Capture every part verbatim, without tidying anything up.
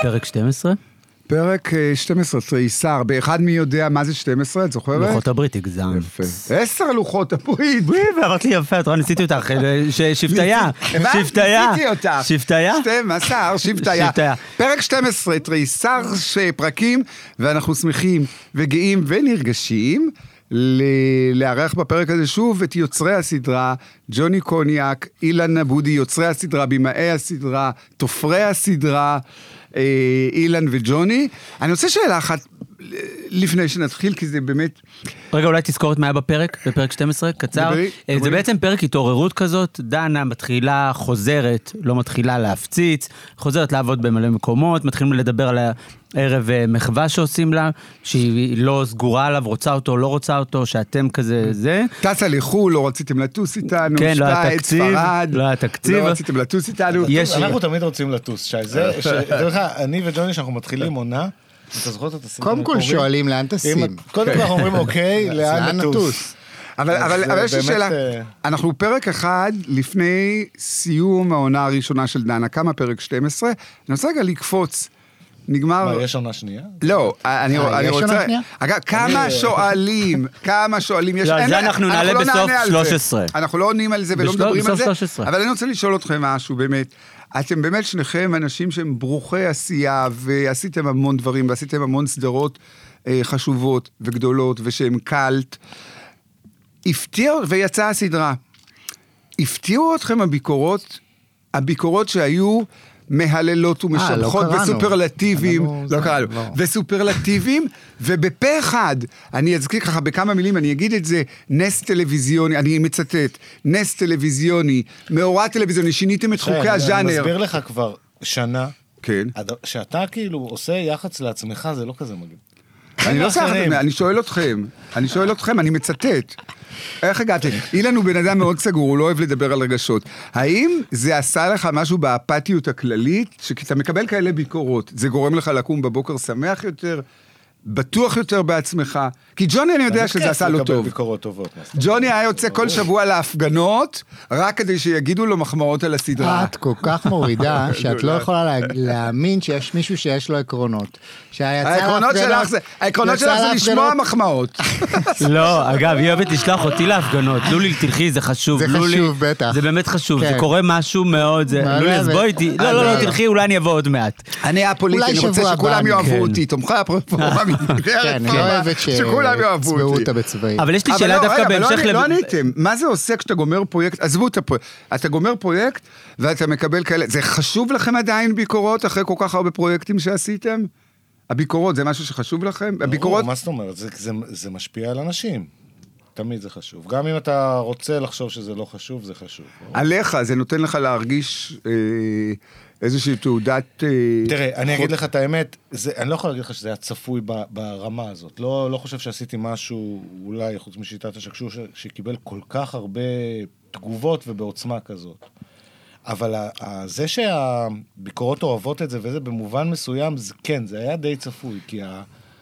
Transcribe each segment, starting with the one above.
פרק שתים עשרה? פרק שתים עשרה, תריסר, באחד מי יודע מה זה שתים עשרה, את זוכרת? לוחות הברית, הגזם. יפה. עשר לוחות הברית. ואמרת לי יפה, את רואה, ניסיתי אותך, שבטיה. שבטיה. ניסיתי אותך. שבטיה? שתים עשרה, שבטיה. פרק שתים עשרה, תריסר פרקים, ואנחנו שמחים וגאים ונרגשים לארח בפרק הזה שוב את יוצרי הסדרה, ג'וני קוניאק, אילן נבודי, יוצרי הסדרה, בימאי הסדרה, תופרי הסדרה, אילן וג'וני. אני רוצה שאלה אחת לפני שנתחיל, כי זה באמת... רגע, אולי תזכורת מה היה בפרק, בפרק שתים עשרה, קצר. זה בעצם פרק התעוררות כזאת, דנה מתחילה, חוזרת, לא מתחילה להפציץ, חוזרת לעבוד במלא מקומות, מתחילים לדבר על הערב מחווה שעושים לה, שהיא לא סגורה עליו, רוצה אותו, לא רוצה אותו, שאתם כזה זה. טסה לחול, לא רציתם לטוס איתנו, כן, לא היה שפט, תקציב, ספרד, לא היה תקציב. לא רציתם לטוס איתנו. אנחנו תמיד רוצים לטוס, שי. זה, לך, אני וג'וני, שאנחנו מתחילים עונה, אתה זוכר את הסרט? קודם כל שואלים לאן טסים. קודם כל אנחנו אומרים, אוקיי, לאן נטוס? אבל יש לי שאלה, אנחנו פרק אחד לפני סיום העונה הראשונה של דנה, כמה פרק שתים עשרה, אני רוצה רגע לקפוץ, נגמר... מה, יש עונה שנייה? לא, אני רוצה... אגב, כמה שואלים, כמה שואלים יש... לא, זה אנחנו נעלה בסוף שלוש עשרה. אנחנו לא עונים על זה ולא מדברים על זה, אבל אני רוצה לשאול אתכם משהו, באמת. אתם באמת שניכם אנשים שהם ברוכי עשייה, ועשיתם המון דברים, ועשיתם המון סדרות חשובות וגדולות, ושהם קלט. הפתיעו, ויצאה הסדרה. הפתיעו אתכם הביקורות, הביקורות שהיו מהללות ומשבחות, וסופרלטיביים, לא קראנו, וסופרלטיביים, ובפה אחד, אני אזכיר ככה בכמה מילים, אני אגיד את זה, נס טלוויזיוני, אני מצטט, נס טלוויזיוני, מאורע טלוויזיוני, שיניתם את חוקי הז'אנר. אני מסביר לך כבר שנה, כן. שאתה כאילו עושה יח"צ לעצמך, זה לא כזה מגניב. אני לא עושה לכם, אני שואל אתכם, אני שואל אתכם, אני מצטט. איך הגעתם? אילן הוא בן אדם מאוד סגור, הוא לא אוהב לדבר על רגשות. האם זה עשה לך משהו באפתיות הכללית, שאתה מקבל כאלה ביקורות, זה גורם לך לקום בבוקר שמח יותר, בטוח יותר בעצמך? כי ג'וני אני יודע שזה עשה לו טוב. ג'וני היה יוצא כל שבוע להפגנות, רק כדי שיגידו לו מחמאות על הסדרה. את כל כך מורידה, שאת לא יכולה להאמין שיש מישהו שיש לו עקרונות. העקרונות שלך זה לשמוע מחמאות. לא, אגב, היא אוהבת לשלוח אותי להפגנות. לולי, תלכי, זה חשוב. זה חשוב, בטח. זה באמת חשוב, זה קורה משהו מאוד. לולי, אז בואי איתי. לא, לא, לא, תלכי, אולי אני אבוא עוד מעט. אני הפוליטי, אני רוצה שכולם יאהבו אותי. תומכי הפרופורמה, שכולם יאהבו אותי. אבל יש לי שאלה דווקא בהמשך... לא עניתם, מה זה עושה כשאתה גומר פרויקט, עזבו את הפרויקט, אתה גומר פרויקט ואתה מקבל כאלה, זה חשוב לכם עדיין ביקורות אחרי כל כך הרבה פרויקטים שעשיתם? הביקורות זה משהו שחשוב לכם? הביקורות... מה זאת אומרת? זה משפיע על אנשים. תמיד זה חשוב. גם אם אתה רוצה לחשוב שזה לא חשוב, זה חשוב. עליך, זה נותן לך להרגיש איזושהי תעודת... תראה, אני אגיד לך את האמת, אני לא יכול להגיד לך שזה היה צפוי ברמה הזאת. לא חושב שעשיתי משהו, אולי חוץ משיטת השקשור, שקיבל כל כך הרבה תגובות ובעוצמה כזאת. אבל זה שהביקורות אוהבות את זה, וזה במובן מסוים, כן, זה היה די צפוי, כי ה...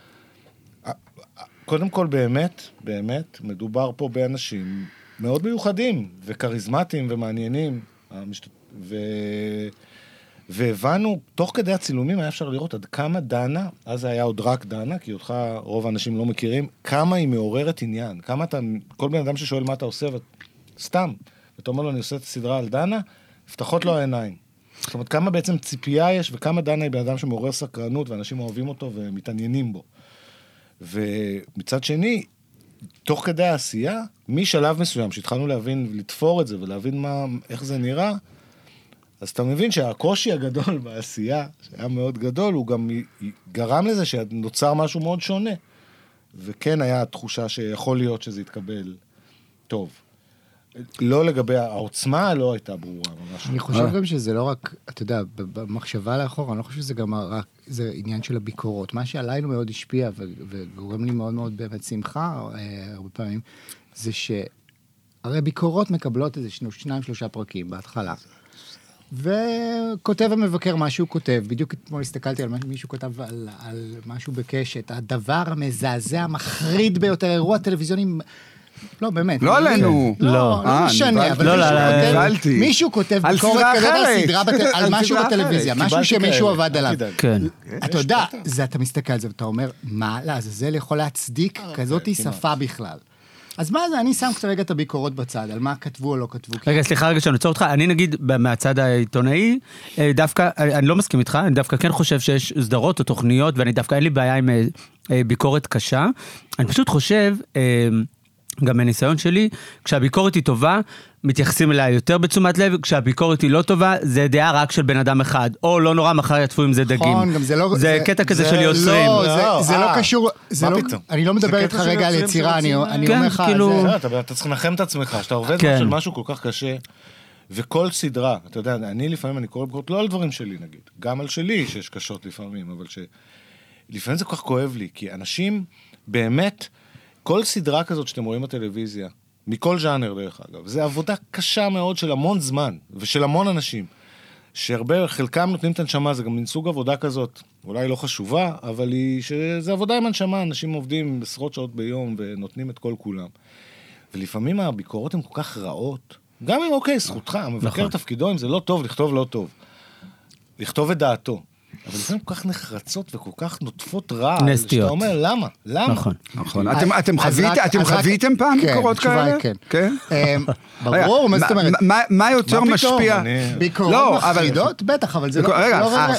קודם כל באמת, באמת, מדובר פה באנשים מאוד מיוחדים, וקריזמטיים ומעניינים, ו... והבנו, תוך כדי הצילומים היה אפשר לראות עד כמה דנה, אז זה היה עוד רק דנה, כי אותך רוב האנשים לא מכירים, כמה היא מעוררת עניין, כמה אתה, כל בן אדם ששואל מה אתה עושה, סתם, ואתה אומר לו, אני עושה את הסדרה על דנה, פתחות לו העיניים. זאת אומרת, כמה בעצם ציפייה יש, וכמה דנה היא בן אדם שמעורר סקרנות, ואנשים אוהבים אותו ומתעניינים בו. ומצד שני, תוך כדי העשייה, משלב מסוים, שהתחלנו להבין, לתפור את זה, ולהבין מה, איך זה נראה, אז אתה מבין שהקושי הגדול בעשייה, שהיה מאוד גדול, הוא גם גרם לזה שנוצר משהו מאוד שונה. וכן היה תחושה שיכול להיות שזה יתקבל טוב. לא לגבי העוצמה, לא הייתה ברורה. אני חושב גם שזה לא רק, אתה יודע, במחשבה לאחור, אני לא חושב שזה גם רק, זה עניין של הביקורות. מה שעלינו מאוד השפיע, וגורם לי מאוד מאוד באמת שמחה, הרבה פעמים, זה שהרי ביקורות מקבלות איזה שניים, שלושה פרקים בהתחלה. וכותב המבקר מה שהוא כותב, בדיוק אתמול הסתכלתי על מישהו כותב על, על משהו בקשת, הדבר המזעזע, המחריד ביותר, אירוע טלוויזיוני לא, באמת. לא עלינו. לא, לא משנה, אבל מישהו כותב ביקורת כזאת על משהו בטלוויזיה, משהו שמישהו עבד עליו. אתה יודע, אתה מסתכל על זה ואתה אומר, מה לעזאזל יכול להצדיק כזאת שפה בכלל. אז מה זה, אני שם קצת רגע את הביקורות בצד, על מה כתבו או לא כתבו. רגע, סליחה רגע שאני אצור אותך, אני נגיד מהצד העיתונאי, דווקא, אני לא מסכים איתך, אני דווקא כן חושב שיש סדרות או תוכניות, ואני דווקא אין לי בעיה עם ביקורת קשה. אני פשוט חושב, גם מהניסיון שלי, כשהביקורת היא טובה, מתייחסים אליה יותר בתשומת לב, כשהביקורת היא לא טובה, זה דעה רק של בן אדם אחד, או לא נורא מחר יתפו עם זה דגים. זה קטע כזה של יוצרים. זה לא קשור, אני לא מדבר איתך רגע על יצירה, אני אומר לך, אתה צריך לנחם את עצמך, שאתה עובד של משהו כל כך קשה, וכל סדרה, אתה יודע, אני לפעמים, אני קורא ביקורת, לא על דברים שלי נגיד, גם על שלי שיש קשות לפעמים, אבל שלפעמים זה כל כך כואב לי, כי אנשים באמת, כל סדרה כזאת שאתם רואים בטלוויזיה, מכל ז'אנר דרך אגב, זה עבודה קשה מאוד של המון זמן, ושל המון אנשים, שהרבה, חלקם נותנים את הנשמה, זה גם מין סוג עבודה כזאת, אולי לא חשובה, אבל היא, שזה עבודה עם הנשמה, אנשים עובדים עשרות שעות ביום, ונותנים את כל כולם. ולפעמים הביקורות הן כל כך רעות, גם אם אוקיי, זכותך, המבקר תפקידו, אם זה לא טוב, לכתוב לא טוב. לכתוב את דעתו. אבל לפעמים כל כך נחרצות וכל כך נוטפות רע, שאתה אומר, למה? למה? נכון. נכון. אתם חוויתם פעם ביקורות כאלה? כן, כן. ברור, מה זאת אומרת? מה יותר משפיע? ביקורות מחרידות? בטח, אבל זה לא... רגע,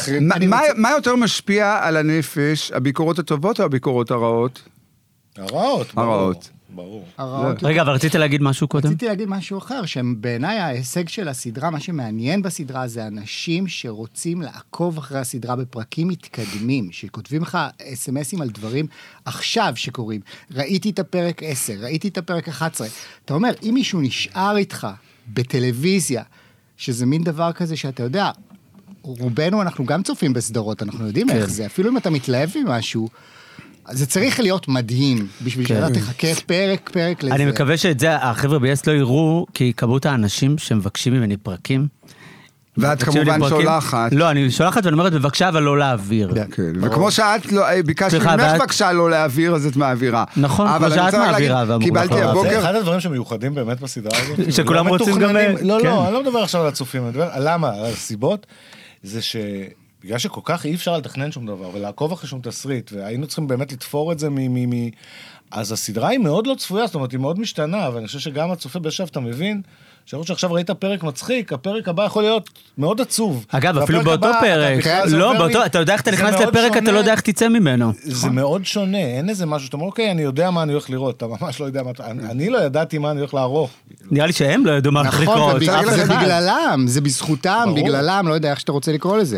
מה יותר משפיע על הנפש, הביקורות הטובות או הביקורות הרעות? הרעות. הרעות. ברור. רגע, אבל רציתי להגיד משהו קודם? רציתי להגיד משהו אחר, שבעיניי ההישג של הסדרה, מה שמעניין בסדרה, זה אנשים שרוצים לעקוב אחרי הסדרה בפרקים מתקדמים, שכותבים לך אס אם אסים על דברים עכשיו שקורים. ראיתי את הפרק עשר, ראיתי את הפרק אחת עשרה. אתה אומר, אם מישהו נשאר איתך בטלוויזיה, שזה מין דבר כזה שאתה יודע, רובנו אנחנו גם צופים בסדרות, אנחנו יודעים איך זה, אפילו אם אתה מתלהב ממשהו, זה צריך להיות מדהים, בשביל שאתה תחכה פרק, פרק לזה. אני מקווה שאת זה החבר'ה ב-יס לא יראו, כי כמות האנשים שמבקשים ממני פרקים. ואת כמובן שולחת. לא, אני שולחת ואני אומרת, בבקשה, אבל לא להעביר. וכמו שאת ביקשת ממך בבקשה לא להעביר, אז את מעבירה. נכון, כמו שאת מעבירה. קיבלתי הבוקר. זה אחד הדברים שמיוחדים באמת בסדרה הזאת. שכולם רוצים גם... לא, לא, אני לא מדבר עכשיו על הצופים, אני מדבר, למה? הסיבות זה ש... בגלל שכל כך אי אפשר לתכנן שום דבר, ולעקוב אחרי שום תסריט, והיינו צריכים באמת לתפור את זה מ... מ... אז הסדרה היא מאוד לא צפויה, זאת אומרת, היא מאוד משתנה, ואני חושב שגם הצופה בשב, אתה מבין, שאומרת שעכשיו ראית פרק מצחיק, הפרק הבא יכול להיות מאוד עצוב. אגב, אפילו באותו פרק, לא, באותו, אתה יודע איך אתה נכנס לפרק, אתה לא יודע איך תצא ממנו. זה מאוד שונה, אין איזה משהו, שאתה אומר, אוקיי, אני יודע מה אני הולך לראות, אתה ממש לא יודע מה, אני לא ידעתי מה אני הולך לערוך. נראה לי שהם לא ידעו מה הולך לקרות. זה בגללם, זה בזכותם, בגללם, לא יודע איך שאתה רוצה לקרוא לזה.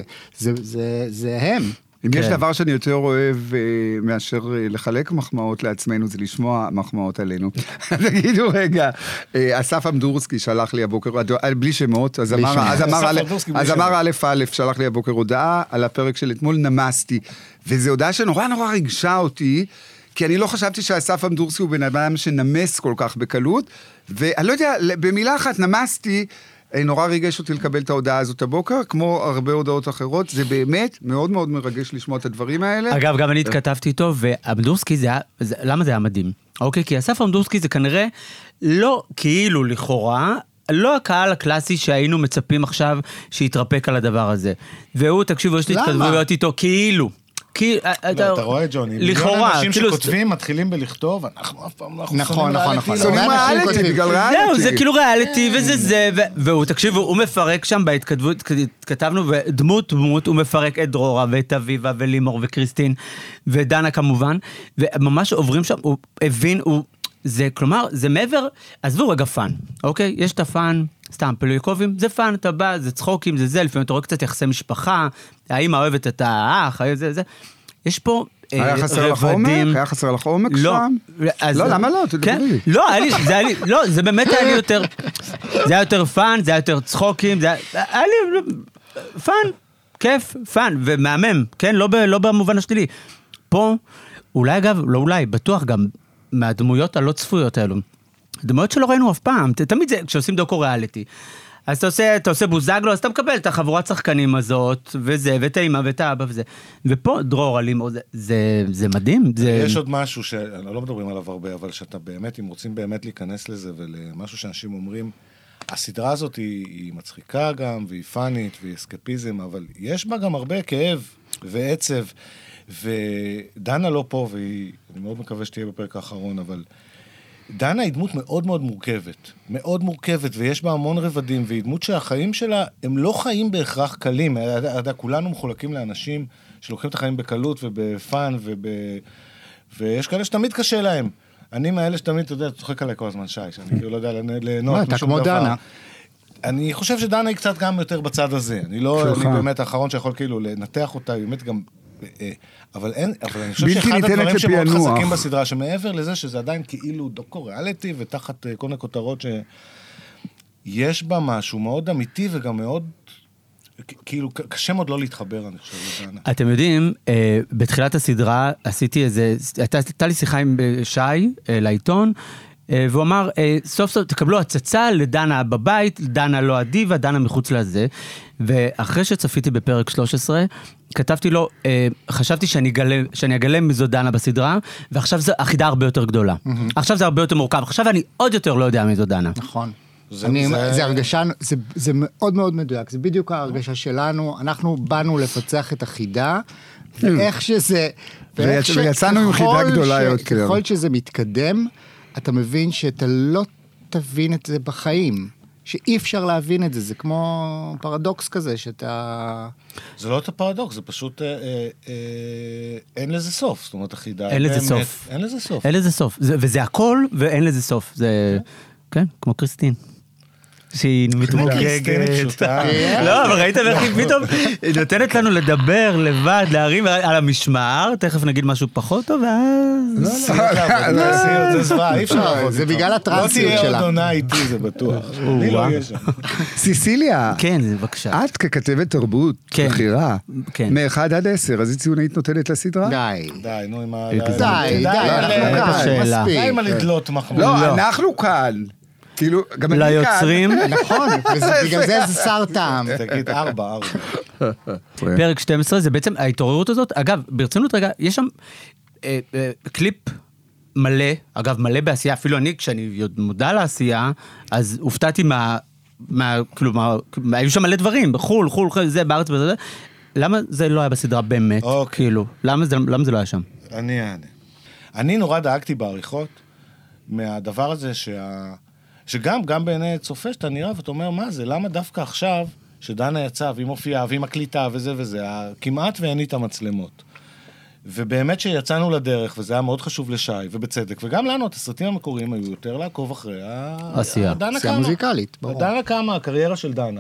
זה הם. אם יש דבר שאני יותר אוהב מאשר לחלק מחמאות לעצמנו, זה לשמוע מחמאות עלינו. תגידו רגע, אסף אמדורסקי שלח לי הבוקר, בלי שמות, אז אמר א' א', שלח לי הבוקר הודעה על הפרק של אתמול, נמסתי. וזו הודעה שנורא נורא ריגשה אותי, כי אני לא חשבתי שאסף אמדורסקי הוא בן אדם שנמס כל כך בקלות, ואני לא יודע, במילה אחת נמסתי, נורא ריגש אותי לקבל את ההודעה הזאת הבוקר, כמו הרבה הודעות אחרות, זה באמת מאוד מאוד מרגש לשמוע את הדברים האלה. אגב, גם אני התכתבתי איתו, ואמדורסקי זה היה, למה זה היה מדהים? אוקיי, כי אסף אמדורסקי זה כנראה לא כאילו לכאורה, לא הקהל הקלאסי שהיינו מצפים עכשיו שיתרפק על הדבר הזה. והוא, תקשיבו, יש לי התכתבויות איתו, כאילו. אתה רואה ג'וני, לכאורה, אנשים שכותבים, מתחילים בלכתוב, אנחנו אף פעם לא נכון, נכון, נכון. שונאים ריאליטי, בגלל ריאליטי. זהו, זה כאילו ריאליטי, וזה זה, והוא, תקשיבו, הוא מפרק שם בהתכתבות, כתבנו, ודמות דמות, הוא מפרק את דרורה, ואת אביבה, ולימור, וקריסטין, ודנה כמובן, וממש עוברים שם, הוא הבין, הוא, זה, כלומר, זה מעבר, עזבו רגע פן, אוקיי? יש את הפן, סתם, פלויקובים, זה פן, אתה בא, זה צחוקים, זה זה, לפעמים אתה רואה קצת יחסי משפחה, האמא אוהבת את האח, זה, זה. יש פה היה חסר לך עומק? היה חסר לך עומק שם? לא, למה לא? תדברי. לא, זה היה לי, לא, זה באמת היה לי יותר, זה היה יותר פן, זה היה יותר צחוקים, זה היה לי פן, כיף, פן, ומאמם, כן? לא במובן השלילי. פה, אולי אגב, לא אולי, בטוח גם מהדמויות הלא צפויות האלו, דמויות שלא ראינו אף פעם, תמיד זה, כשעושים דוקו ריאליטי, אז אתה עושה, אתה עושה בוזגלו, אז אתה מקבל את החבורת שחקנים הזאת, וזה, ואת האמא, ואת האבא, וזה. ופה דרור עלים, זה, זה, זה מדהים. זה... יש עוד משהו שלא מדברים עליו הרבה, אבל שאתה באמת, אם רוצים באמת להיכנס לזה, ולמשהו שאנשים אומרים, הסדרה הזאת היא, היא מצחיקה גם, והיא פאנית, והיא אסקפיזם, אבל יש בה גם הרבה כאב ועצב, ודנה לא פה, ואני מאוד מקווה שתהיה בפרק האחרון, אבל דנה היא דמות מאוד מאוד מורכבת, מאוד מורכבת, ויש בה המון רבדים, והיא דמות שהחיים שלה, הם לא חיים בהכרח קלים, כולנו מחולקים לאנשים שלוקחים את החיים בקלות ובפאן, וב... ויש כאלה שתמיד קשה להם. אני מאלה שתמיד, אתה יודע, צוחק עליי כל הזמן שי, שאני לא יודע ליהנות משום דבר. אני חושב שדנה היא קצת גם יותר בצד הזה, אני לא, אני באמת האחרון שיכול כאילו לנתח אותה, היא באמת גם... אבל אין, אבל אני חושב שאחד הדברים שמאוד חזקים בסדרה, שמעבר לזה שזה עדיין כאילו דוקו ריאליטי, ותחת כל מיני כותרות שיש בה משהו מאוד אמיתי, וגם מאוד, כאילו, קשה מאוד לא להתחבר, אני חושב, לדנה. אתם יודעים, בתחילת הסדרה עשיתי איזה, הייתה לי שיחה עם שי, לעיתון, והוא אמר, סוף סוף תקבלו הצצה לדנה בבית, דנה לא הדיבה, דנה מחוץ לזה, ואחרי שצפיתי בפרק שלוש עשרה, כתבתי לו, חשבתי שאני אגלם, שאני אגלם מזו דנה בסדרה, ועכשיו זו אחידה הרבה יותר גדולה. עכשיו זה הרבה יותר מורכב, עכשיו אני עוד יותר לא יודע מזו דנה. נכון. זה הרגשה, זה מאוד מאוד מדויק, זה בדיוק ההרגשה שלנו, אנחנו באנו לפצח את החידה, ואיך שזה, ויצאנו עם חידה גדולה יותר. ככל שזה מתקדם, אתה מבין שאתה לא תבין את זה בחיים, שאי אפשר להבין את זה, זה כמו פרדוקס כזה, שאתה... זה לא את הפרדוקס, זה פשוט, אה, אה, אין לזה סוף, זאת אומרת, החידה... אין לזה סוף. אין לזה סוף. אין לזה סוף, זה, וזה הכל, ואין לזה סוף, זה, כן, כמו קריסטין. שהיא מתמוגגת. לא, אבל ראיתם איך היא פתאום נותנת לנו לדבר לבד, להרים על המשמר, תכף נגיד משהו פחות טוב, ואז... זה זוועה, אי אפשר לעבוד. זה בגלל הטרנסיות שלה. לא תהיה עוד עונה איתי, זה בטוח. אני לא אהיה שם. סיסיליה, כן, בבקשה. את ככתבת תרבות, בחירה, מאחד עד עשר, אז היא ציונית נותנת לסדרה? די. די, נו, עם ה... די, די, די עם הלדלות מחמוד. לא, אנחנו כאן. כאילו, גם אני כאן. ליוצרים. נכון, בגלל זה זה שר טעם. תגיד, ארבע, ארבע. פרק שתים עשרה זה בעצם ההתעוררות הזאת. אגב, ברצינות רגע, יש שם קליפ מלא, אגב, מלא בעשייה, אפילו אני, כשאני מודע לעשייה, אז הופתעתי מה, כאילו, היו שם מלא דברים, חול, חול, זה, בארץ וזה, למה זה לא היה בסדרה באמת? כאילו, למה זה לא היה שם? אני אענה. אני נורא דאגתי בעריכות, מהדבר הזה שה... שגם, גם בעיני צופה שאתה נראה, ואתה אומר, מה זה? למה דווקא עכשיו, שדנה יצא, והיא מופיעה, והיא מקליטה, וזה וזה, כמעט ואין לי את המצלמות. ובאמת שיצאנו לדרך, וזה היה מאוד חשוב לשי, ובצדק, וגם לנו, את הסרטים המקוריים היו יותר לעקוב אחרי עשייה. עשייה מוזיקלית, ברור. דנה קמה, הקריירה של דנה.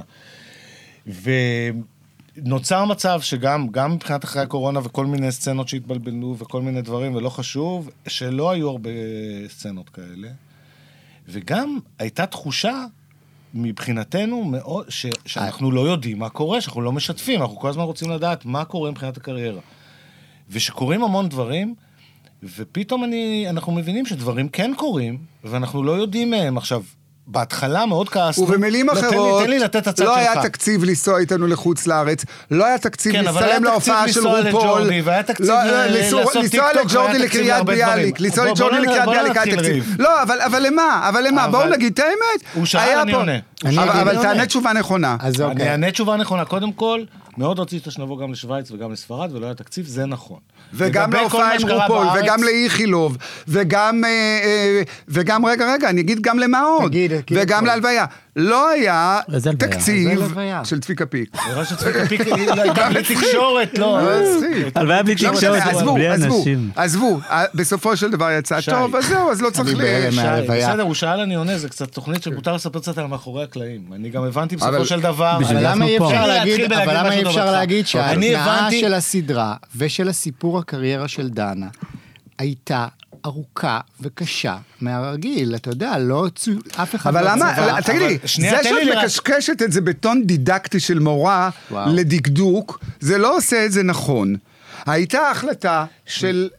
ונוצר מצב שגם, גם מבחינת אחרי הקורונה, וכל מיני סצנות שהתבלבלו, וכל מיני דברים, ולא חשוב, שלא היו הרבה סצנות כאלה. וגם הייתה תחושה מבחינתנו מאוד, ש, שאנחנו לא יודעים מה קורה, שאנחנו לא משתפים, אנחנו כל הזמן רוצים לדעת מה קורה מבחינת הקריירה. ושקורים המון דברים, ופתאום אני, אנחנו מבינים שדברים כן קורים, ואנחנו לא יודעים מהם. עכשיו, בהתחלה מאוד כעסנו. ובמילים אחרות, לא היה תקציב לנסוע איתנו לחוץ לארץ, לא היה תקציב להצטלם להופעה של רופול, לנסוע לג'ורדי לקריית ביאליק, לנסוע לג'ורדי לקריית ביאליק היה תקציב. לא, אבל למה? אבל למה? בואו נגיד את האמת. הוא שאל, אני עונה. אבל תענה תשובה נכונה. אני אענה תשובה נכונה. קודם כל, מאוד רצית שנבוא גם לשוויץ וגם לספרד, ולא היה תקציב, זה נכון. וגם להופעה עם רופול, וגם לאיכילוב, וגם, וגם, רגע, רגע, אני אגיד גם למה עוד, וגם להלוויה. לא היה תקציב של דפיקה פיק. נראה שדפיקה פיק הייתה בלי תקשורת, לא. הלוויה בלי תקשורת, בלי אנשים. עזבו, בסופו של דבר יצא טוב, אז זהו, אז לא צריך בסדר, הוא שאל, אני עונה, זה קצת תוכנית שמותר לספר קצת על מאחורי הקלעים. אני גם הבנתי בסופו של דבר. אבל למה אי אפשר להגיד שההתנאה של הסדרה ושל הסיפור הקריירה של דנה הייתה ארוכה וקשה מהרגיל, אתה יודע, לא אף אחד אבל למה, תגידי, זה שאת מקשקשת את זה בטון דידקטי של מורה לדקדוק, זה לא עושה את זה נכון. הייתה החלטה של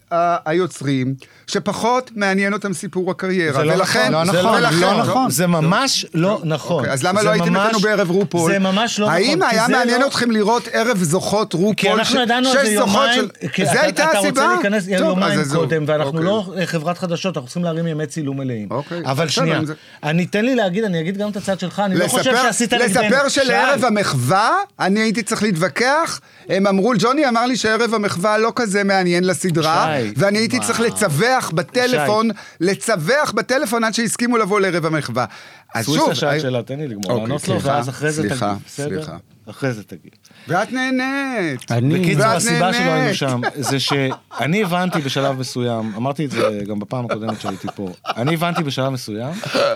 היוצרים, שפחות מעניין אותם סיפור הקריירה, ולכן... לא נכון, לא נכון. זה ממש לא נכון. אז למה לא הייתם איתנו בערב רופול? זה ממש לא נכון. האם היה מעניין אתכם לראות ערב זוכות רופול? כי אנחנו ידענו על זה יומיים, זה הייתה הסיבה? אתה רוצה להיכנס יומיים קודם, ואנחנו לא חברת חדשות, אנחנו צריכים להרים ימי צילום מלאים. אבל שנייה, אני תן לי להגיד, אני אגיד גם את הצד שלך, אני לא חושב שעשית נגדנו. לספר שלערב המחווה, אני הייתי צריך להתווכח, הם אמרו, ג'וני אמר לי שערב המחווה לא כזה מעניין לסדרה, ואני הייתי צריך לצווח בטלפון, לצווח בטלפון עד שהסכימו לבוא לערב המחווה. אז שוב... סוויס השעת שלה, תן לי לגמור, לענות לו, ואז אחרי זה תגיד, בסדר? אחרי זה תגיד. ואת נהנית. בקיצור, הסיבה שלא היינו שם, זה שאני הבנתי בשלב מסוים, אמרתי את זה גם בפעם הקודמת שהייתי פה, אני הבנתי בשלב מסוים,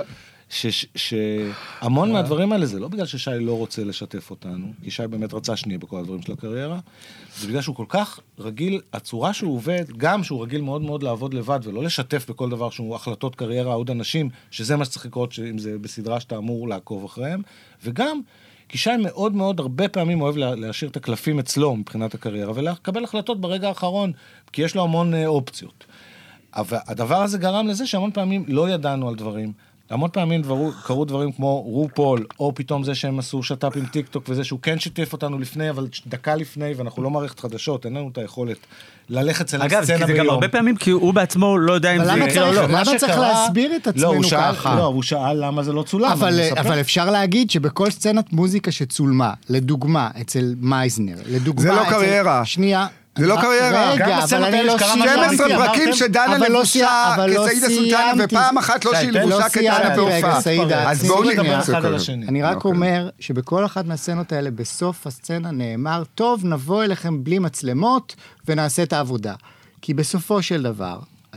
שהמון מהדברים האלה זה לא בגלל ששי לא רוצה לשתף אותנו, כי שי באמת רצה שני בכל הדברים של הקריירה, זה בגלל שהוא כל כך רגיל, הצורה שהוא עובד, גם שהוא רגיל מאוד מאוד לעבוד לבד, ולא לשתף בכל דבר שהוא החלטות קריירה עוד אנשים, שזה מה שצריך לקרות, אם זה בסדרה שאתה אמור לעקוב אחריהם, וגם, כי שי מאוד מאוד הרבה פעמים אוהב להשאיר את הקלפים אצלו מבחינת הקריירה, ולקבל החלטות ברגע האחרון, כי יש לו המון אופציות. אבל הדבר הזה גרם לזה שהמון פעמים לא ידענו על דברים, המון פעמים דברו, קרו דברים כמו רופול, או פתאום זה שהם עשו שטאפ עם טיק טוק, וזה שהוא כן שיתף אותנו לפני, אבל דקה לפני, ואנחנו לא מערכת חדשות, אין לנו את היכולת ללכת אצל הסצנה ביום. אגב, זה גם הרבה פעמים, כי הוא בעצמו לא יודע אם זה יקרה או לא. למה צריך להסביר את עצמנו ככה? לא, הוא שאל למה זה לא צולם. אבל אפשר להגיד שבכל סצנת מוזיקה שצולמה, לדוגמה, אצל מייזנר, לדוגמה... זה לא קריירה. שנייה. זה לא קריירה. רגע, אבל אני לא סיימתי. שתים עשרה פרקים שדנה לבושה כסעידה סולטנה, ופעם אחת לא שהיא לבושה כדנה בהופעה. אז בואו נדבר אחד על השני. אני רק אומר שבכל אחת מהסצנות האלה, בסוף הסצנה נאמר, טוב, נבוא אליכם בלי מצלמות, ונעשה את העבודה. כי בסופו של דבר,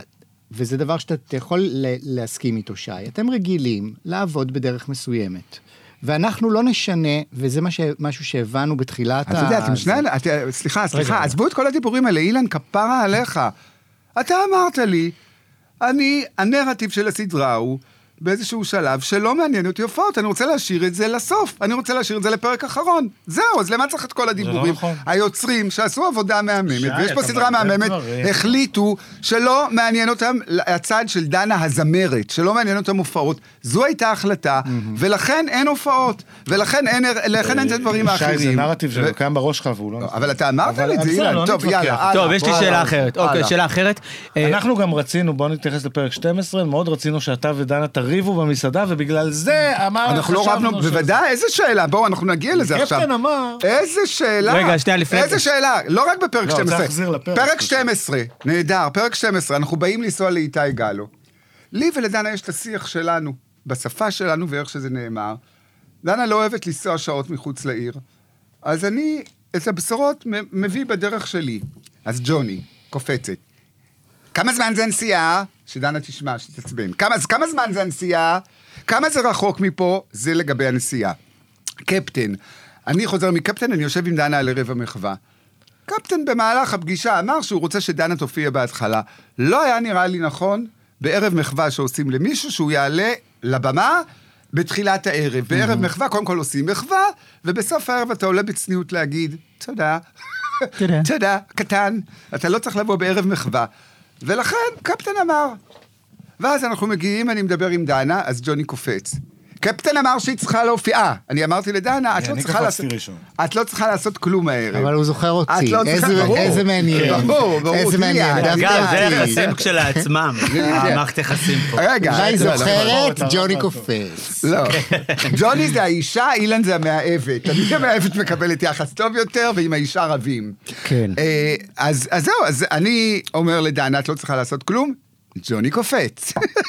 וזה דבר שאתה יכול להסכים איתו, שי, אתם רגילים לעבוד בדרך מסוימת. ואנחנו לא נשנה, וזה משהו שהבנו בתחילת ה... אתה יודע, אתם שני... סליחה, סליחה, עזבו את כל הדיבורים האלה, אילן, כפרה עליך. אתה אמרת לי, אני, הנרטיב של הסדרה הוא באיזשהו שלב שלא מעניין אותי הופעות, אני רוצה להשאיר את זה לסוף, אני רוצה להשאיר את זה לפרק אחרון. זהו, אז למה צריך את כל הדיבורים? היוצרים שעשו עבודה מהממת, ויש פה סדרה מהממת, החליטו שלא מעניין אותם הצד של דנה הזמרת, שלא מעניין אותם הופעות. זו הייתה החלטה, ולכן אין הופעות, ולכן אין את הדברים האחרים. שי, זה נרטיב שקיים בראש שלך, והוא לא... אבל אתה אמרת לי את זה, אילן. טוב, יאללה. טוב, יש לי שאלה אחרת. אוקיי, שאלה אחרת. אנחנו גם רצינו, בואו נתייחס לפרק שתים עשרה, מאוד רצינו שאתה ודנה תריבו במסעדה, ובגלל זה אמר... אנחנו לא רבנו, בוודאי, איזה שאלה? בואו, אנחנו נגיע לזה עכשיו. קפטן אמר... איזה שאלה? רגע, שנייה לפני... איזה שאלה? לא רק בפרק שתים עשרה. פרק שתים עשרה, נהדר, פרק שתים עשרה, אנחנו באים לנסוע לאיתי גלו. לי ולדנה יש את השיח שלנו, בשפה שלנו ואיך שזה נאמר. דנה לא אוהבת לנסוע שעות מחוץ לעיר. אז אני את הבשורות מביא בדרך שלי. אז ג'וני, קופצת. כמה זמן זה הנסיעה? שדנה תשמע, שתצבן. כמה, כמה זמן זה הנסיעה? כמה זה רחוק מפה? זה לגבי הנסיעה. קפטן. אני חוזר מקפטן, אני יושב עם דנה על ערב המחווה. קפטן במהלך הפגישה אמר שהוא רוצה שדנה תופיע בהתחלה. לא היה נראה לי נכון בערב מחווה שעושים למישהו שהוא יעלה לבמה בתחילת הערב. בערב מחווה, קודם כל עושים מחווה, ובסוף הערב אתה עולה בצניעות להגיד, תודה, תודה, קטן, אתה לא צריך לבוא בערב מחווה. ולכן קפטן אמר, ואז אנחנו מגיעים, אני מדבר עם דנה, אז ג'וני קופץ. קפטן אמר שהיא צריכה להופיע. אני אמרתי לדנה, את לא צריכה לעשות... את לא צריכה לעשות כלום הערב. אבל הוא זוכר אותי. איזה מעניין. ברור, ברור. איזה מעניין. אגב, זה יחסים כשלעצמם. המערכת יחסים פה. רגע. שי זוכרת, ג'וני קופץ. לא. ג'וני זה האישה, אילן זה המאהבת. אני המאהבת מקבלת יחס טוב יותר, ועם האישה רבים. כן. אז זהו, אז אני אומר לדנה, את לא צריכה לעשות כלום, ג'וני קופץ.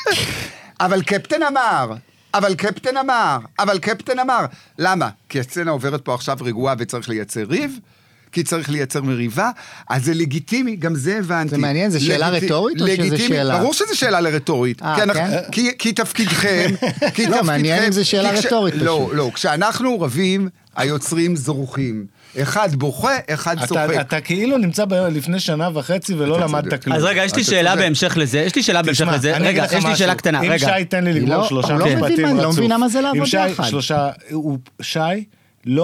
אבל קפטן אמר... אבל קפטן אמר, אבל קפטן אמר. למה? כי הסצנה עוברת פה עכשיו רגועה וצריך לייצר ריב, כי צריך לייצר מריבה, אז זה לגיטימי, גם זה הבנתי. זה מעניין, זה שאלה רטורית או שזה שאלה? ברור שזה שאלה לרטורית. כי תפקידכם, לא, מעניין אם זה שאלה רטורית. לא, לא, כשאנחנו רבים, היוצרים זורחים. אחד בוכה, אחד צוחק. אתה כאילו נמצא לפני שנה וחצי ולא למדת כלום. אז רגע, יש לי שאלה בהמשך לזה, יש לי שאלה בהמשך לזה, רגע, יש לי שאלה קטנה, רגע. אם שי תן לי לגמור שלושה משפטים רצוף. לא מבינה מה זה לעבוד יחד. שי לא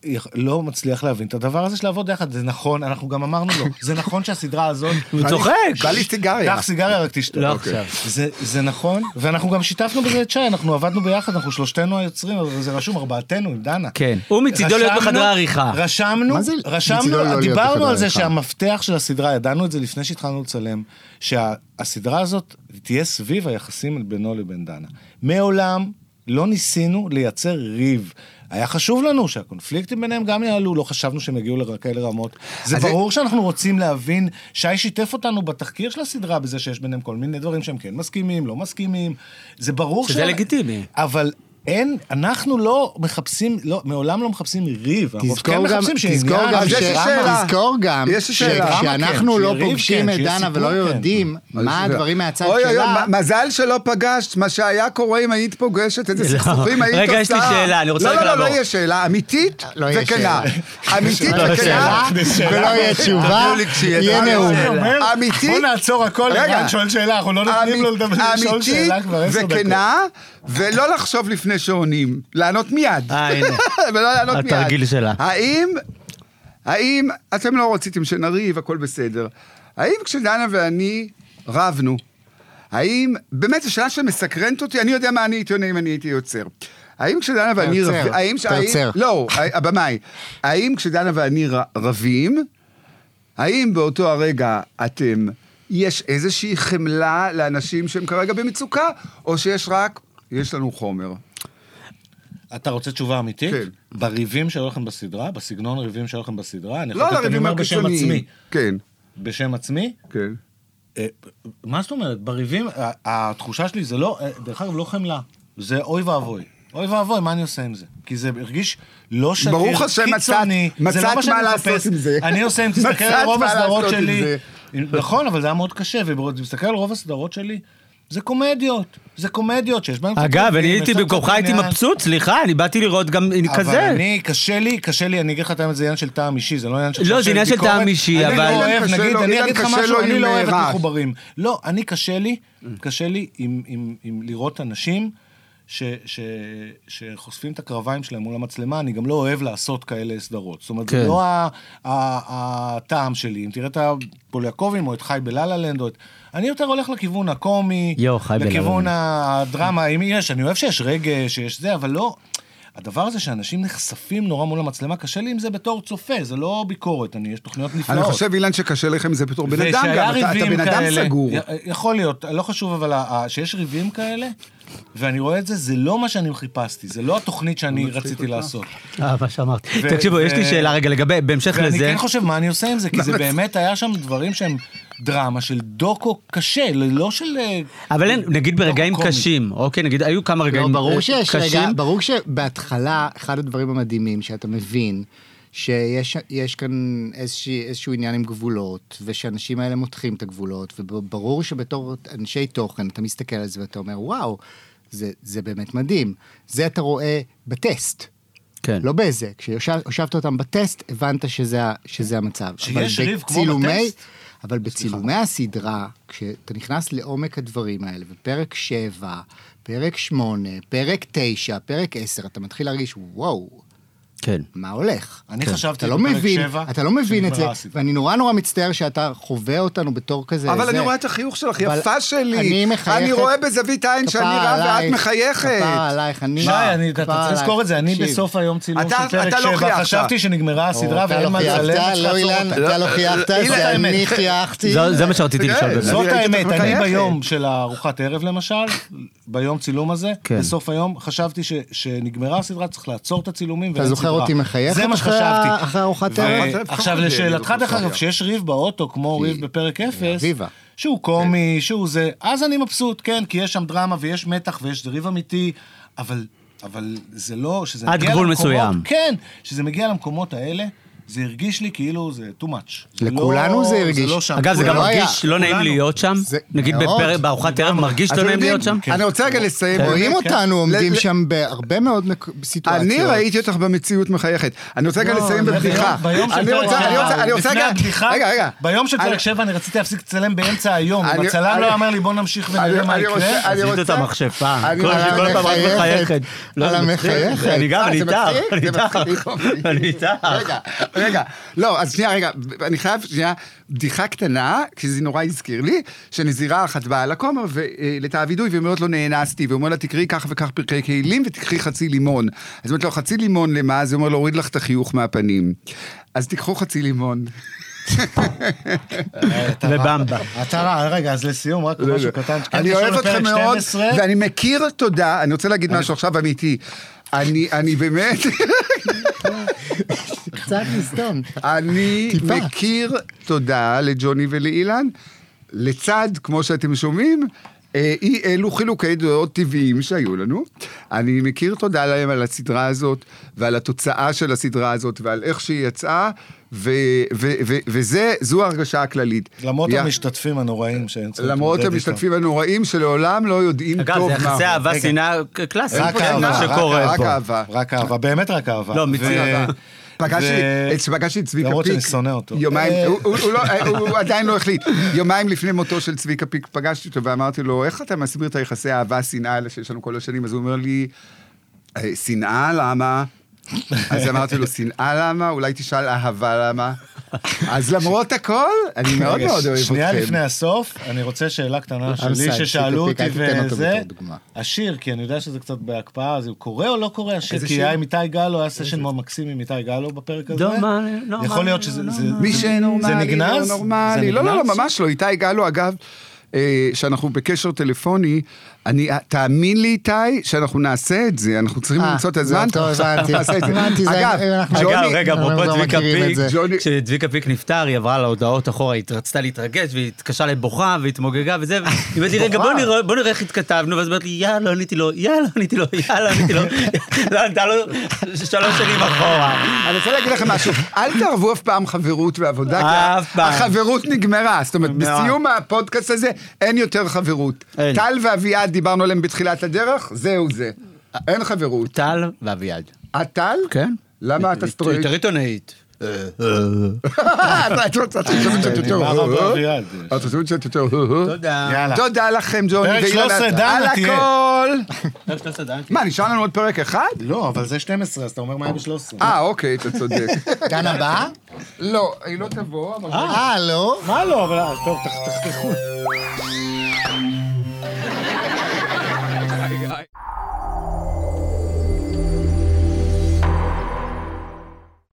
לא מצליח להבין את הדבר הזה של לעבוד יחד, זה נכון, אנחנו גם אמרנו לו, זה נכון שהסדרה הזאת... הוא צוחק! בא לי סיגריה. קח סיגריה, רק תשתו. לא עכשיו. זה נכון, ואנחנו גם שיתפנו בזה את שי, אנחנו עבדנו ביחד, אנחנו שלושתנו היוצרים, אבל זה רשום, ארבעתנו עם דנה. כן, הוא מצידו להיות בחדרי העריכה. רשמנו, רשמנו, דיברנו על זה שהמפתח של הסדרה, ידענו את זה לפני שהתחלנו לצלם, שהסדרה הזאת תהיה סביב היחסים בינו לבין דנה. מעולם לא ניסינו לייצר ריב. היה חשוב לנו שהקונפליקטים ביניהם גם יעלו, לא חשבנו שהם יגיעו לכאלה רמות. זה ברור שאנחנו רוצים להבין, שי שיתף אותנו בתחקיר של הסדרה, בזה שיש ביניהם כל מיני דברים שהם כן מסכימים, לא מסכימים. זה ברור שזה לגיטימי. אבל אין, אנחנו לא מחפשים, לא, מעולם לא מחפשים ריב. תזכור גם, תזכור גם, תזכור גם, שאנחנו לא פוגשים את דנה ולא יודעים מה הדברים מהצד שלה. מזל שלא פגשת, מה שהיה קורה אם היית פוגשת, איזה סכסוכים היית עושה. רגע, יש לי שאלה, אני רוצה רק לעבור. לא, לא, לא יהיה שאלה, אמיתית וכנה. אמיתית וכנה. ולא יהיה תשובה, יהיה נאום. אמיתית. בוא נעצור הכל, אני שואל שאלה, אנחנו לא נותנים לו לשאול שאלה כבר עשר דקות. וכנה, ולא לחשוב לפני שעונים, לענות מיד. אה, הנה. ולא לענות מיד. התרגיל שלה. האם, האם, אתם לא רציתם שנריב, הכל בסדר. האם כשדנה ואני רבנו, האם, באמת זו שאלה שמסקרנת אותי, אני יודע מה אני הייתי עונה אם אני הייתי יוצר. האם כשדנה ואני רבים, תרצר. לא, הבמאי, האם כשדנה ואני רבים, האם באותו הרגע אתם, יש איזושהי חמלה לאנשים שהם כרגע במצוקה, או שיש רק, יש לנו חומר? אתה רוצה תשובה אמיתית? כן. בריבים שהולכם בסדרה, בסגנון ריבים שהולכם בסדרה, אני לא חושב, אני אומר בשם עצמי. כן. בשם עצמי? כן. מה זאת אומרת? בריבים, התחושה שלי זה לא, דרך אגב, לא חמלה. זה אוי ואבוי. אוי ואבוי, מה אני עושה עם זה? כי זה הרגיש לא שביר, ברוך השם, קיצוני. מצאת מה לעשות עם זה. אני עושה, אם תסתכל על רוב הסדרות שלי. נכון, אבל זה היה מאוד קשה, ותסתכל על רוב הסדרות שלי, זה קומדיות, זה קומדיות שיש בהם... אגב, אני הייתי במקומך, הייתי מבסוט, סליחה, אני באתי לראות גם כזה. אבל אני, קשה לי, קשה לי, אני אגיד לך את זה עניין של טעם אישי, זה לא עניין של... לא, זה עניין של טעם אישי, אבל... אני לא אוהב, נגיד, אני אגיד לך משהו, אני לא אוהב את מחוברים. לא, אני קשה לי, קשה לי עם לראות אנשים שחושפים את הקרביים שלהם מול המצלמה, אני גם לא אוהב לעשות כאלה סדרות. זאת אומרת, זה לא הטעם שלי. אם תראה את הפוליאקובים או את חי בלללנד, אני יותר הולך לכיוון הקומי, לכיוון הדרמה, אם יש, אני אוהב שיש רגש, שיש זה, אבל לא... הדבר הזה שאנשים נחשפים נורא מול המצלמה, קשה לי עם זה בתור צופה, זה לא ביקורת, אני, יש תוכניות נפלאות. אני חושב, אילן, שקשה לכם זה בתור בן אדם גם, אתה בן אדם סגור. יכול להיות, לא חשוב, אבל שיש ריבים כאלה, ואני רואה את זה, זה לא מה שאני חיפשתי, זה לא התוכנית שאני רציתי לעשות. אה, מה שאמרתי. תקשיבו, יש לי שאלה רגע לגבי, בהמשך לזה... ואני כן חושב מה אני עושה עם זה, כי זה באמת היה שם דברים שהם דרמה של דוקו קשה, לא של... אבל נגיד ברגעים קשים, אוקיי, נגיד, היו כמה רגעים קשים. ברור שבהתחלה, אחד הדברים המדהימים שאתה מבין, שיש כאן איזשהו עניין עם גבולות, ושאנשים האלה מותחים את הגבולות, וברור שבתור אנשי תוכן, אתה מסתכל על זה ואתה אומר, וואו, זה, זה באמת מדהים. זה אתה רואה בטסט. כן. לא בזה. כשהושבת אותם בטסט, הבנת שזה, שזה המצב. שיש ריב כמו בטסט? אבל בצילומי הסדרה, כשאתה נכנס לעומק הדברים האלה, ופרק שבע, פרק שמונה, פרק תשע, פרק עשר, אתה מתחיל להרגיש, וואו, כן. מה הולך? אני חשבתי בפרק שבע. אתה לא מבין את זה, ואני נורא נורא מצטער שאתה חווה אותנו בתור כזה. אבל אני רואה את החיוך שלך, יפה שלי. אני רואה בזווית העין שאני רע ואת מחייכת. כפרה עלייך, אני... שי, אתה צריך לזכור את זה, אני בסוף היום צילום של פרק שבע, חשבתי שנגמרה הסדרה ואין מה לצלם. לא אילן, אתה לא חייכת, זה אני חייכתי. זה מה שרציתי לשאול. זאת האמת, אני ביום של ארוחת ערב למשל, ביום צילום הזה, בסוף היום חשבתי שנגמרה הסדרה, צריך לעצור את הצילומים. אתה זוכר אותי מחייך אחרי ארוחת ערב? עכשיו לשאלתך דרך אגב, שיש ריב באוטו כמו ריב בפרק אפס, שהוא קומי, שהוא זה, אז אני מבסוט, כן, כי יש שם דרמה ויש מתח ויש ריב אמיתי, אבל זה לא, שזה עד גבול מסוים. כן, שזה מגיע למקומות האלה, זה הרגיש לי כאילו זה too much. לכולנו זה הרגיש. אגב, זה גם מרגיש לא נעים להיות שם? נגיד בארוחת ערב מרגיש לא נעים להיות שם? אני רוצה רגע לסיים. רואים אותנו עומדים שם בהרבה מאוד סיטואציות. אני ראיתי אותך במציאות מחייכת. אני רוצה רגע לסיים בבדיחה. אני רוצה רגע... רגע, רגע. ביום של פרק שבע אני רציתי להפסיק לצלם באמצע היום. הצלם לא אמר לי בוא נמשיך ונראה מה יקרה. עשית את המחשפה. כל פעם רק מחייכת. על המחייכת. אני גם, אני איתך. אני איתך. רגע, רגע. לא, אז שנייה, רגע. אני חייב, שנייה, בדיחה קטנה, כי זה נורא הזכיר לי, שנזירה אחת באה לכומר לתעבידוי, ואומרת לו נאנסתי, ואומר לה תקראי כך וכך פרקי כלים, ותקחי חצי לימון. אז אומרת לו, חצי לימון למה? זה אומר להוריד לך את החיוך מהפנים. אז תיקחו חצי לימון. ובמבה. אתה רגע, אז לסיום, רק משהו קטן. אני אוהב אתכם מאוד, ואני מכיר תודה, אני רוצה להגיד משהו עכשיו אמיתי. אני באמת... קצת מסתום. אני מכיר תודה לג'וני ולאילן, לצד, כמו שאתם שומעים, אי אלו חילוקי דעות טבעיים שהיו לנו. אני מכיר תודה להם על הסדרה הזאת, ועל התוצאה של הסדרה הזאת, ועל איך שהיא יצאה, וזו ההרגשה הכללית. למרות המשתתפים הנוראים. למרות המשתתפים הנוראים שלעולם לא יודעים טוב מה. אגב, זה יחסי אהבה, שנאה קלאסית. רק אהבה. רק אהבה. רק אהבה, באמת רק אהבה. לא, מציא אהבה. פגשתי את צביקה פיק, למרות שאני שונא אותו. הוא עדיין לא החליט, יומיים לפני מותו של צביקה פיק פגשתי אותו ואמרתי לו, איך אתה מסביר את היחסי האהבה, שנאה האלה שיש לנו כל השנים? אז הוא אומר לי, שנאה למה? אז אמרתי לו, שנאה למה? אולי תשאל אהבה למה? אז למרות הכל, אני מאוד מאוד אוהב אתכם. שנייה לפני הסוף, אני רוצה שאלה קטנה שלי, ששאלו אותי וזה, השיר, כי אני יודע שזה קצת בהקפאה, אז הוא קורא או לא קורא השיר? כי היה עם איתי גלו, היה סשן מאוד מקסים עם איתי גלו בפרק הזה. יכול להיות שזה נגנז? לא, לא, לא, ממש לא. איתי גלו, אגב, שאנחנו בקשר טלפוני, אני, תאמין לי איתי, שאנחנו נעשה את זה, אנחנו צריכים למצוא את הזמן. טוב, הבנתי. אגב, אגב, רגע, אפרופו צביקה פיק, כשצביקה פיק נפטר, היא עברה להודעות אחורה, היא רצתה להתרגש, והיא התקשה לבוכה, והתמוגגה וזה, היא אמרת לי, רגע, בוא נראה איך התכתבנו, ואז אמרת לי, יאללה, עניתי לו, יאללה, עניתי לו, יאללה, עניתי לו, לא, ענתה לו שלוש שנים אחורה. אני רוצה להגיד לכם משהו, אל תערבו אף פעם חברות ועבודה, כי החברות נגמרה, זאת אומרת, בסיום הפודקאסט הזה, אין יותר חברות. טל ואביעד דיברנו עליהם בתחילת הדרך, זהו זה. אין חברות. טל ואביעד. את טל? כן. למה אתה סטרייט? יותר עיתונאית. תודה. תודה לכם, ג'וני. פרק שלוש עשרה דנה תהיה. על הכל. מה, נשאר לנו עוד פרק אחד? לא, אבל זה שתים עשרה, אז אתה אומר מה היה ב-שלוש עשרה. אה, אוקיי, אתה צודק. דנה באה? לא, היא לא תבוא. אה, לא? מה לא? אבל טוב, תחתכו.